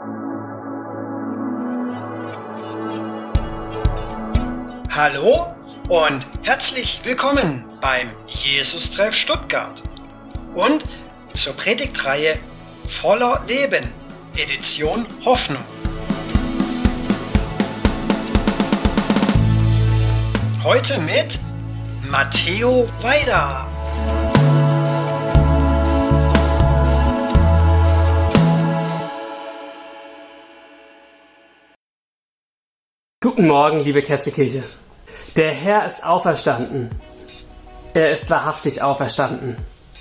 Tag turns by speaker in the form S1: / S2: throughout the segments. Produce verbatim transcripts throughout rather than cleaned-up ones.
S1: Hallo und herzlich willkommen beim Jesus-Treff Stuttgart und zur Predigtreihe Voller Leben, Edition Hoffnung. Heute mit Matteo Weider.
S2: Guten Morgen, liebe Kesselkirche. Der Herr ist auferstanden. Er ist wahrhaftig auferstanden.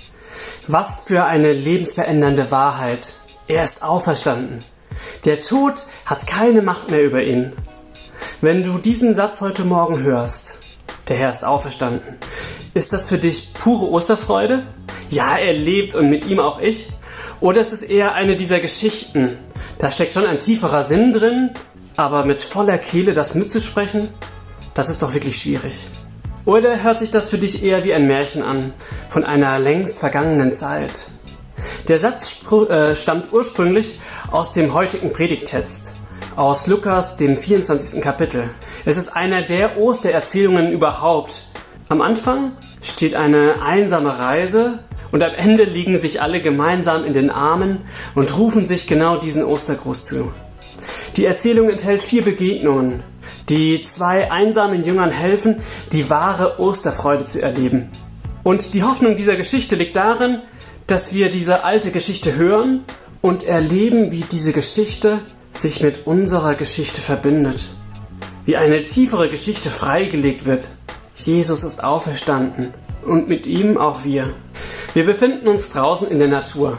S2: Was für eine lebensverändernde Wahrheit. Er ist auferstanden. Der Tod hat keine Macht mehr über ihn. Wenn du diesen Satz heute Morgen hörst, der Herr ist auferstanden, ist das für dich pure Osterfreude? Ja, er lebt und mit ihm auch ich? Oder ist es eher eine dieser Geschichten? Da steckt schon ein tieferer Sinn drin, aber mit voller Kehle das mitzusprechen, das ist doch wirklich schwierig. Oder hört sich das für dich eher wie ein Märchen an, von einer längst vergangenen Zeit? Der Satz spr- äh, stammt ursprünglich aus dem heutigen Predigttext, aus Lukas, dem vierundzwanzigsten Kapitel. Es ist einer der Ostererzählungen überhaupt. Am Anfang steht eine einsame Reise und am Ende liegen sich alle gemeinsam in den Armen und rufen sich genau diesen Ostergruß zu. Die Erzählung enthält vier Begegnungen, die zwei einsamen Jüngern helfen, die wahre Osterfreude zu erleben. Und die Hoffnung dieser Geschichte liegt darin, dass wir diese alte Geschichte hören und erleben, wie diese Geschichte sich mit unserer Geschichte verbindet. Wie eine tiefere Geschichte freigelegt wird. Jesus ist auferstanden und mit ihm auch wir. Wir befinden uns draußen in der Natur.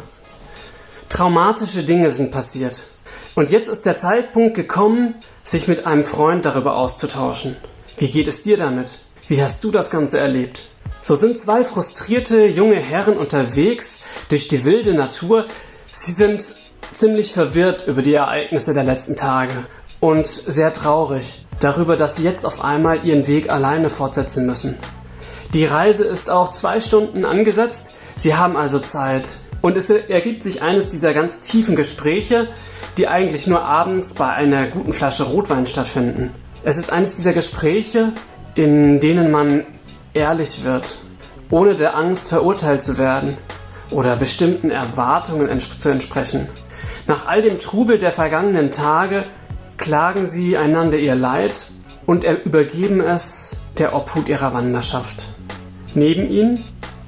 S2: Traumatische Dinge sind passiert. Und jetzt ist der Zeitpunkt gekommen, sich mit einem Freund darüber auszutauschen. Wie geht es dir damit? Wie hast du das Ganze erlebt? So sind zwei frustrierte junge Herren unterwegs durch die wilde Natur. Sie sind ziemlich verwirrt über die Ereignisse der letzten Tage und sehr traurig darüber, dass sie jetzt auf einmal ihren Weg alleine fortsetzen müssen. Die Reise ist auf zwei Stunden angesetzt. Sie haben also Zeit. Und es ergibt sich eines dieser ganz tiefen Gespräche, die eigentlich nur abends bei einer guten Flasche Rotwein stattfinden. Es ist eines dieser Gespräche, in denen man ehrlich wird, ohne der Angst verurteilt zu werden oder bestimmten Erwartungen ents- zu entsprechen. Nach all dem Trubel der vergangenen Tage klagen sie einander ihr Leid und übergeben es der Obhut ihrer Wanderschaft. Neben ihnen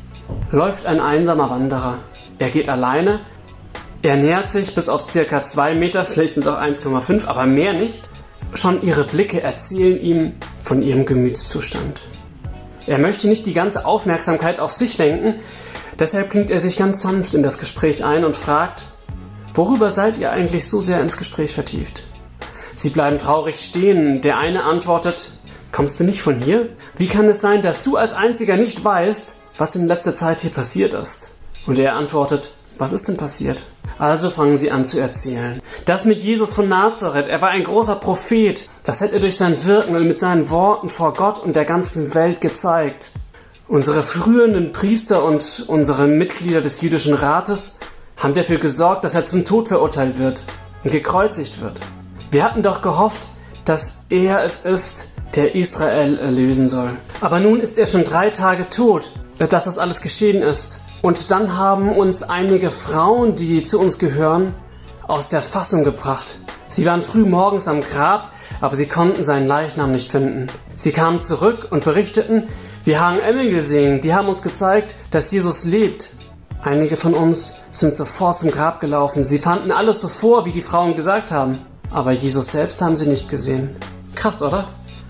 S2: läuft ein einsamer Wanderer. Er geht alleine, er nähert sich bis auf circa zwei Meter, vielleicht sind es auch eins Komma fünf, aber mehr nicht. Schon ihre Blicke erzählen ihm von ihrem Gemütszustand. Er möchte nicht die ganze Aufmerksamkeit auf sich lenken, deshalb klingt er sich ganz sanft in das Gespräch ein und fragt, worüber seid ihr eigentlich so sehr ins Gespräch vertieft? Sie bleiben traurig stehen, der eine antwortet, kommst du nicht von hier? Wie kann es sein, dass du als Einziger nicht weißt, was in letzter Zeit hier passiert ist? Und er antwortet, was ist denn passiert? Also fangen sie an zu erzählen. Das mit Jesus von Nazareth, er war ein großer Prophet. Das hat er durch sein Wirken und mit seinen Worten vor Gott und der ganzen Welt gezeigt. Unsere früheren Priester und unsere Mitglieder des jüdischen Rates haben dafür gesorgt, dass er zum Tod verurteilt wird und gekreuzigt wird. Wir hatten doch gehofft, dass er es ist, der Israel erlösen soll. Aber nun ist er schon drei Tage tot, dass das alles geschehen ist. Und dann haben uns einige Frauen, die zu uns gehören, aus der Fassung gebracht. Sie waren früh morgens am Grab, aber sie konnten seinen Leichnam nicht finden. Sie kamen zurück und berichteten, wir haben Engel gesehen, die haben uns gezeigt, dass Jesus lebt. Einige von uns sind sofort zum Grab gelaufen. Sie fanden alles so vor, wie die Frauen gesagt haben. Aber Jesus selbst haben sie nicht gesehen. Krass, oder?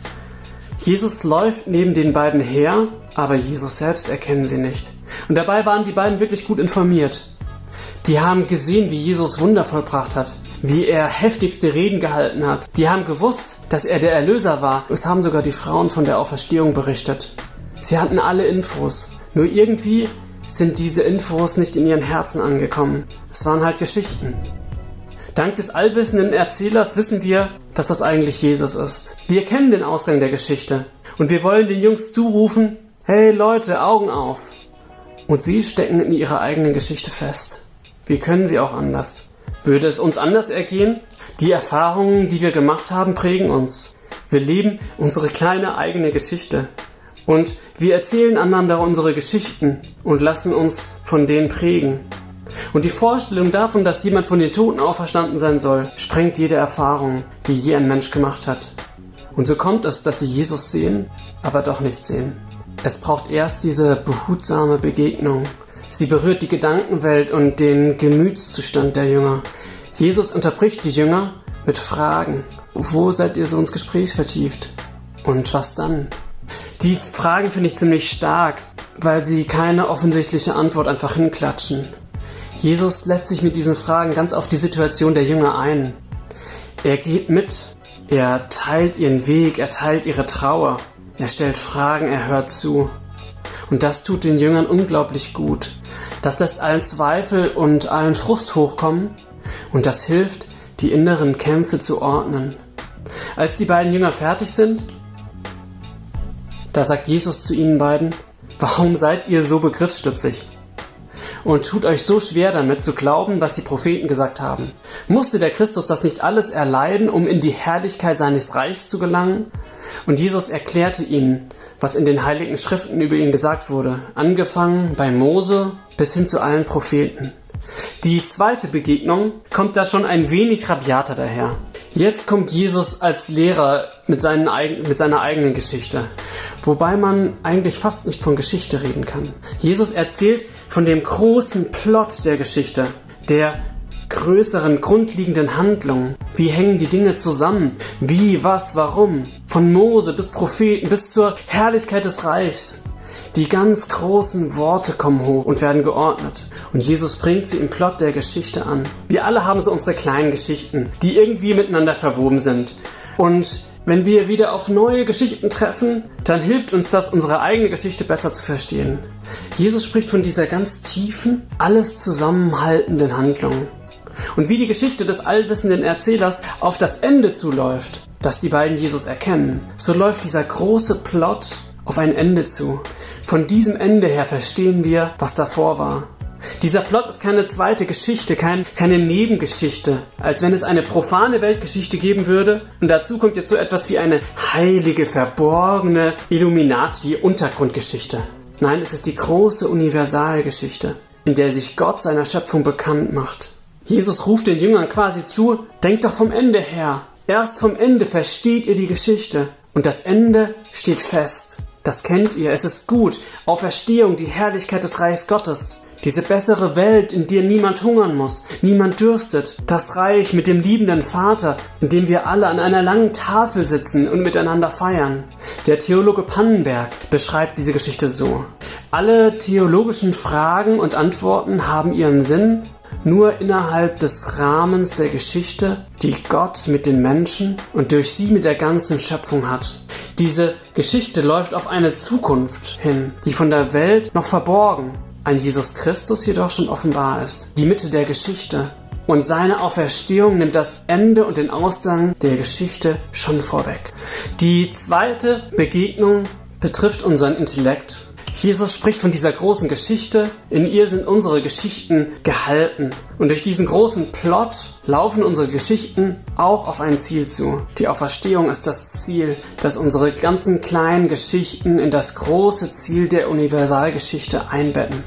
S2: Jesus läuft neben den beiden her, aber Jesus selbst erkennen sie nicht. Und dabei waren die beiden wirklich gut informiert. Die haben gesehen, wie Jesus Wunder vollbracht hat, wie er heftigste Reden gehalten hat. Die haben gewusst, dass er der Erlöser war. Es haben sogar die Frauen von der Auferstehung berichtet. Sie hatten alle Infos. Nur irgendwie sind diese Infos nicht in ihren Herzen angekommen. Es waren halt Geschichten. Dank des allwissenden Erzählers wissen wir, dass das eigentlich Jesus ist. Wir kennen den Ausgang der Geschichte. Und wir wollen den Jungs zurufen, hey Leute, Augen auf. Und sie stecken in ihrer eigenen Geschichte fest. Wie können sie auch anders? Würde es uns anders ergehen? Die Erfahrungen, die wir gemacht haben, prägen uns. Wir leben unsere kleine eigene Geschichte. Und wir erzählen einander unsere Geschichten und lassen uns von denen prägen. Und die Vorstellung davon, dass jemand von den Toten auferstanden sein soll, sprengt jede Erfahrung, die je ein Mensch gemacht hat. Und so kommt es, dass sie Jesus sehen, aber doch nicht sehen. Es braucht erst diese behutsame Begegnung. Sie berührt die Gedankenwelt und den Gemütszustand der Jünger. Jesus unterbricht die Jünger mit Fragen. Wo seid ihr so ins Gespräch vertieft? Und was dann? Die Fragen finde ich ziemlich stark, weil sie keine offensichtliche Antwort einfach hinklatschen. Jesus lässt sich mit diesen Fragen ganz auf die Situation der Jünger ein. Er geht mit, er teilt ihren Weg, er teilt ihre Trauer, er stellt Fragen, er hört zu. Und das tut den Jüngern unglaublich gut. Das lässt allen Zweifel und allen Frust hochkommen und das hilft, die inneren Kämpfe zu ordnen. Als die beiden Jünger fertig sind, da sagt Jesus zu ihnen beiden: Warum seid ihr so begriffsstutzig? Und tut euch so schwer damit zu glauben, was die Propheten gesagt haben. Musste der Christus das nicht alles erleiden, um in die Herrlichkeit seines Reichs zu gelangen? Und Jesus erklärte ihnen, was in den Heiligen Schriften über ihn gesagt wurde, angefangen bei Mose bis hin zu allen Propheten. Die zweite Begegnung kommt da schon ein wenig rabiater daher. Jetzt kommt Jesus als Lehrer mit, seinen, mit seiner eigenen Geschichte, wobei man eigentlich fast nicht von Geschichte reden kann. Jesus erzählt von dem großen Plot der Geschichte, der größeren grundlegenden Handlung. Wie hängen die Dinge zusammen? Wie, was, warum? Von Mose bis Propheten bis zur Herrlichkeit des Reichs. Die ganz großen Worte kommen hoch und werden geordnet. Und Jesus bringt sie im Plot der Geschichte an. Wir alle haben so unsere kleinen Geschichten, die irgendwie miteinander verwoben sind. Und wenn wir wieder auf neue Geschichten treffen, dann hilft uns das, unsere eigene Geschichte besser zu verstehen. Jesus spricht von dieser ganz tiefen, alles zusammenhaltenden Handlung. Und wie die Geschichte des allwissenden Erzählers auf das Ende zuläuft, das die beiden Jesus erkennen, so läuft dieser große Plot auf ein Ende zu. Von diesem Ende her verstehen wir, was davor war. Dieser Plot ist keine zweite Geschichte, kein, keine Nebengeschichte, als wenn es eine profane Weltgeschichte geben würde. Und dazu kommt jetzt so etwas wie eine heilige, verborgene Illuminati-Untergrundgeschichte. Nein, es ist die große Universalgeschichte, in der sich Gott seiner Schöpfung bekannt macht. Jesus ruft den Jüngern quasi zu: Denkt doch vom Ende her. Erst vom Ende versteht ihr die Geschichte. Und das Ende steht fest. Das kennt ihr, es ist gut. Auferstehung, die Herrlichkeit des Reichs Gottes. Diese bessere Welt, in der niemand hungern muss, niemand dürstet. Das Reich mit dem liebenden Vater, in dem wir alle an einer langen Tafel sitzen und miteinander feiern. Der Theologe Pannenberg beschreibt diese Geschichte so: Alle theologischen Fragen und Antworten haben ihren Sinn nur innerhalb des Rahmens der Geschichte, die Gott mit den Menschen und durch sie mit der ganzen Schöpfung hat. Diese Geschichte läuft auf eine Zukunft hin, die von der Welt noch verborgen, ein Jesus Christus jedoch schon offenbar ist. Die Mitte der Geschichte und seine Auferstehung nimmt das Ende und den Ausgang der Geschichte schon vorweg. Die zweite Begegnung betrifft unseren Intellekt. Jesus spricht von dieser großen Geschichte, in ihr sind unsere Geschichten gehalten. Und durch diesen großen Plot laufen unsere Geschichten auch auf ein Ziel zu. Die Auferstehung ist das Ziel, das unsere ganzen kleinen Geschichten in das große Ziel der Universalgeschichte einbetten.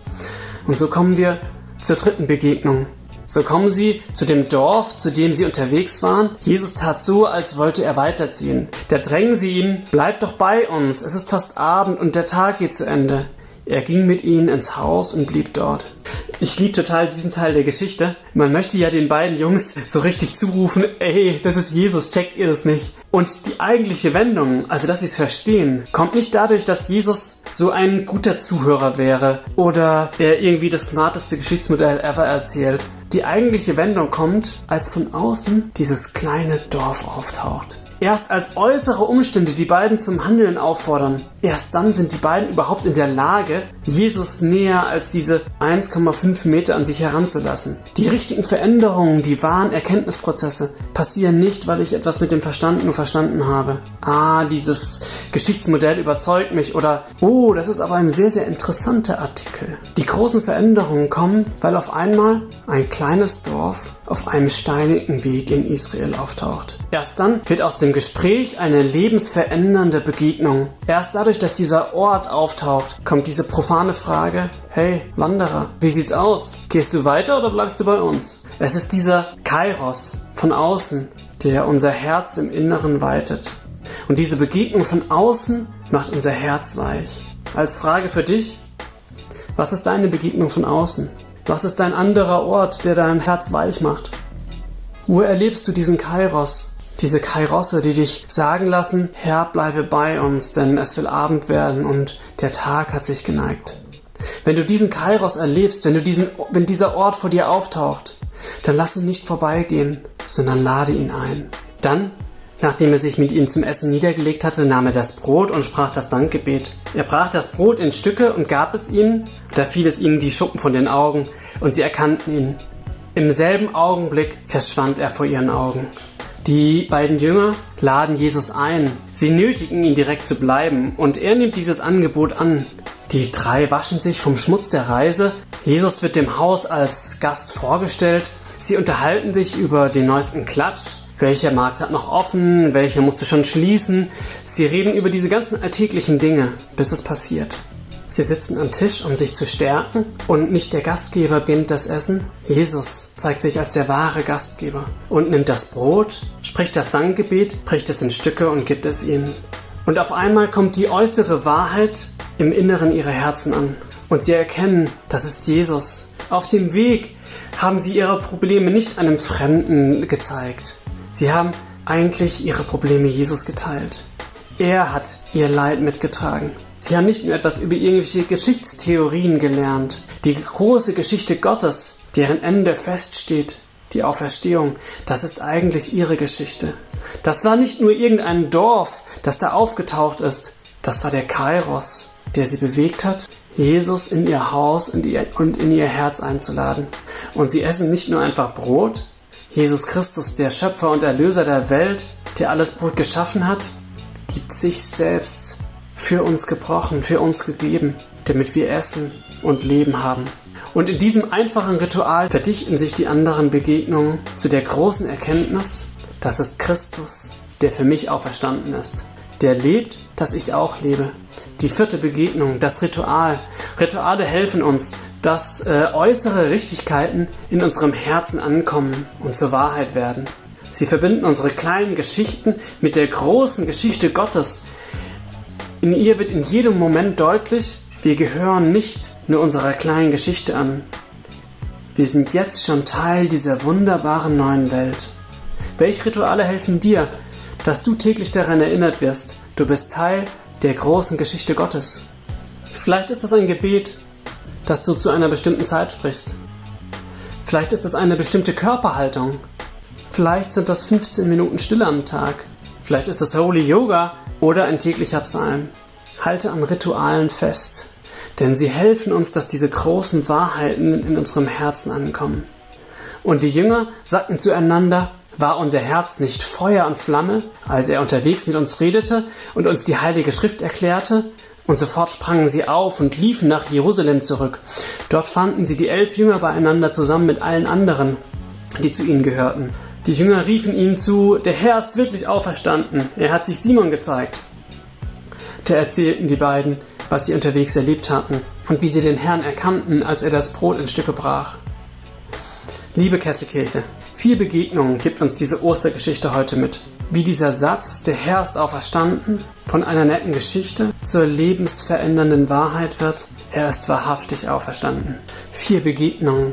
S2: Und so kommen wir zur dritten Begegnung. So kommen sie zu dem Dorf, zu dem sie unterwegs waren. Jesus tat so, als wollte er weiterziehen. Da drängen sie ihn: Bleibt doch bei uns, es ist fast Abend und der Tag geht zu Ende. Er ging mit ihnen ins Haus und blieb dort. Ich liebe total diesen Teil der Geschichte. Man möchte ja den beiden Jungs so richtig zurufen: Ey, das ist Jesus, checkt ihr das nicht? Und die eigentliche Wendung, also dass sie es verstehen, kommt nicht dadurch, dass Jesus so ein guter Zuhörer wäre oder er irgendwie das smarteste Geschichtsmodell ever erzählt. Die eigentliche Wendung kommt, als von außen dieses kleine Dorf auftaucht. Erst als äußere Umstände die beiden zum Handeln auffordern, erst dann sind die beiden überhaupt in der Lage, Jesus näher als diese eins Komma fünf Meter an sich heranzulassen. Die richtigen Veränderungen, die wahren Erkenntnisprozesse passieren nicht, weil ich etwas mit dem Verstand nur verstanden habe. Ah, dieses Geschichtsmodell überzeugt mich oder oh, das ist aber ein sehr, sehr interessanter Artikel. Die großen Veränderungen kommen, weil auf einmal ein kleines Dorf auf einem steinigen Weg in Israel auftaucht. Erst dann wird aus dem Gespräch eine lebensverändernde Begegnung. Erst dadurch, dass dieser Ort auftaucht, kommt diese profane Frage: Hey, Wanderer, wie sieht's aus? Gehst du weiter oder bleibst du bei uns? Es ist dieser Kairos von außen, der unser Herz im Inneren weitet. Und diese Begegnung von außen macht unser Herz weich. Als Frage für dich: Was ist deine Begegnung von außen? Was ist dein anderer Ort, der dein Herz weich macht? Wo erlebst du diesen Kairos? Diese Kairosse, die dich sagen lassen: Herr, bleibe bei uns, denn es will Abend werden und der Tag hat sich geneigt. Wenn du diesen Kairos erlebst, wenn, du diesen, wenn dieser Ort vor dir auftaucht, dann lass ihn nicht vorbeigehen, sondern lade ihn ein. Dann, nachdem er sich mit ihnen zum Essen niedergelegt hatte, nahm er das Brot und sprach das Dankgebet. Er brach das Brot in Stücke und gab es ihnen. Da fiel es ihnen wie Schuppen von den Augen und sie erkannten ihn. Im selben Augenblick verschwand er vor ihren Augen. Die beiden Jünger laden Jesus ein. Sie nötigen ihn direkt zu bleiben und er nimmt dieses Angebot an. Die drei waschen sich vom Schmutz der Reise. Jesus wird dem Haus als Gast vorgestellt. Sie unterhalten sich über den neuesten Klatsch. Welcher Markt hat noch offen? Welcher musste schon schließen? Sie reden über diese ganzen alltäglichen Dinge, bis es passiert. Sie sitzen am Tisch, um sich zu stärken, und nicht der Gastgeber beginnt das Essen. Jesus zeigt sich als der wahre Gastgeber und nimmt das Brot, spricht das Dankgebet, bricht es in Stücke und gibt es ihnen. Und auf einmal kommt die äußere Wahrheit im Inneren ihrer Herzen an. Und sie erkennen, das ist Jesus. Auf dem Weg haben sie ihre Probleme nicht einem Fremden gezeigt. Sie haben eigentlich ihre Probleme Jesus geteilt. Er hat ihr Leid mitgetragen. Sie haben nicht nur etwas über irgendwelche Geschichtstheorien gelernt. Die große Geschichte Gottes, deren Ende feststeht, die Auferstehung, das ist eigentlich ihre Geschichte. Das war nicht nur irgendein Dorf, das da aufgetaucht ist. Das war der Kairos, der sie bewegt hat, Jesus in ihr Haus und in ihr Herz einzuladen. Und sie essen nicht nur einfach Brot. Jesus Christus, der Schöpfer und Erlöser der Welt, der alles Brot geschaffen hat, gibt sich selbst für uns gebrochen, für uns gegeben, damit wir Essen und Leben haben. Und in diesem einfachen Ritual verdichten sich die anderen Begegnungen zu der großen Erkenntnis, das ist Christus, der für mich auferstanden ist. Der lebt, dass ich auch lebe. Die vierte Begegnung, das Ritual. Rituale helfen uns, dass äh, äußere Richtigkeiten in unserem Herzen ankommen und zur Wahrheit werden. Sie verbinden unsere kleinen Geschichten mit der großen Geschichte Gottes. In ihr wird in jedem Moment deutlich, wir gehören nicht nur unserer kleinen Geschichte an. Wir sind jetzt schon Teil dieser wunderbaren neuen Welt. Welche Rituale helfen dir, dass du täglich daran erinnert wirst, du bist Teil der großen Geschichte Gottes? Vielleicht ist das ein Gebet, das du zu einer bestimmten Zeit sprichst. Vielleicht ist es eine bestimmte Körperhaltung. Vielleicht sind das fünfzehn Minuten Stille am Tag. Vielleicht ist es Holy Yoga oder ein täglicher Psalm. Halte an Ritualen fest, denn sie helfen uns, dass diese großen Wahrheiten in unserem Herzen ankommen. Und die Jünger sagten zueinander: War unser Herz nicht Feuer und Flamme, als er unterwegs mit uns redete und uns die Heilige Schrift erklärte? Und sofort sprangen sie auf und liefen nach Jerusalem zurück. Dort fanden sie die elf Jünger beieinander zusammen mit allen anderen, die zu ihnen gehörten. Die Jünger riefen ihnen zu: Der Herr ist wirklich auferstanden, er hat sich Simon gezeigt. Da erzählten die beiden, was sie unterwegs erlebt hatten und wie sie den Herrn erkannten, als er das Brot in Stücke brach. Liebe Kesselkirche, vier Begegnungen gibt uns diese Ostergeschichte heute mit. Wie dieser Satz, der Herr ist auferstanden, von einer netten Geschichte zur lebensverändernden Wahrheit wird, er ist wahrhaftig auferstanden. Vier Begegnungen.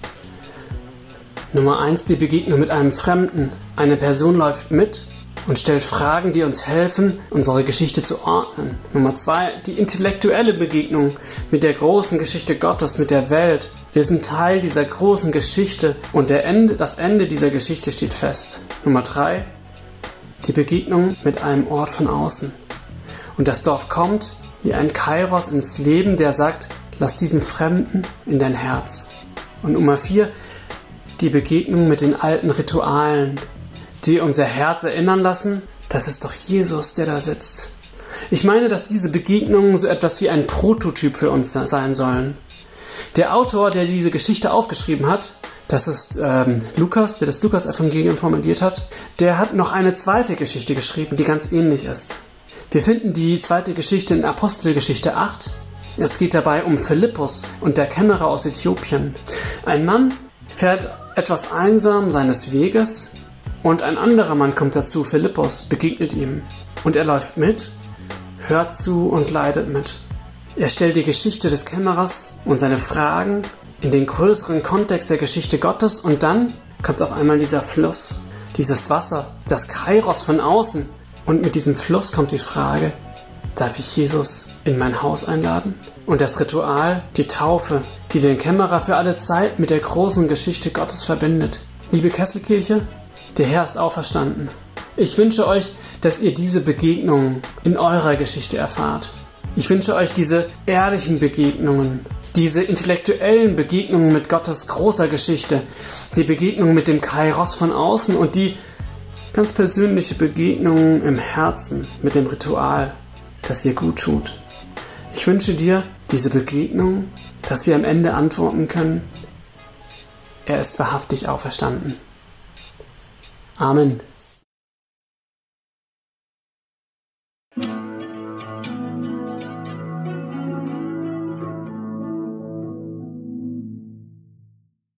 S2: Nummer eins, die Begegnung mit einem Fremden. Eine Person läuft mit und stellt Fragen, die uns helfen, unsere Geschichte zu ordnen. Nummer zwei, die intellektuelle Begegnung mit der großen Geschichte Gottes, mit der Welt. Wir sind Teil dieser großen Geschichte und der Ende, das Ende dieser Geschichte steht fest. Nummer drei, die Begegnung mit einem Ort von außen. Und das Dorf kommt wie ein Kairos ins Leben, der sagt, lass diesen Fremden in dein Herz. Und Nummer vier, die Begegnung mit den alten Ritualen, die unser Herz erinnern lassen, das ist doch Jesus, der da sitzt. Ich meine, dass diese Begegnungen so etwas wie ein Prototyp für uns sein sollen. Der Autor, der diese Geschichte aufgeschrieben hat, das ist ähm, Lukas, der das Lukas-Evangelium formuliert hat, der hat noch eine zweite Geschichte geschrieben, die ganz ähnlich ist. Wir finden die zweite Geschichte in Apostelgeschichte acht. Es geht dabei um Philippus und der Kämmerer aus Äthiopien. Ein Mann fährt etwas einsam seines Weges und ein anderer Mann kommt dazu, Philippus, begegnet ihm. Und er läuft mit, hört zu und leidet mit. Er stellt die Geschichte des Kämmerers und seine Fragen in den größeren Kontext der Geschichte Gottes und dann kommt auf einmal dieser Fluss, dieses Wasser, das Kairos von außen. Und mit diesem Fluss kommt die Frage, darf ich Jesus in mein Haus einladen? Und das Ritual, die Taufe, die den Kämmerer für alle Zeit mit der großen Geschichte Gottes verbindet. Liebe Kesselkirche, der Herr ist auferstanden. Ich wünsche euch, dass ihr diese Begegnungen in eurer Geschichte erfahrt. Ich wünsche euch diese ehrlichen Begegnungen, diese intellektuellen Begegnungen mit Gottes großer Geschichte, die Begegnung mit dem Kairos von außen und die ganz persönliche Begegnungen im Herzen mit dem Ritual, das dir gut tut. Ich wünsche dir diese Begegnung, dass wir am Ende antworten können, er ist wahrhaftig auferstanden. Amen.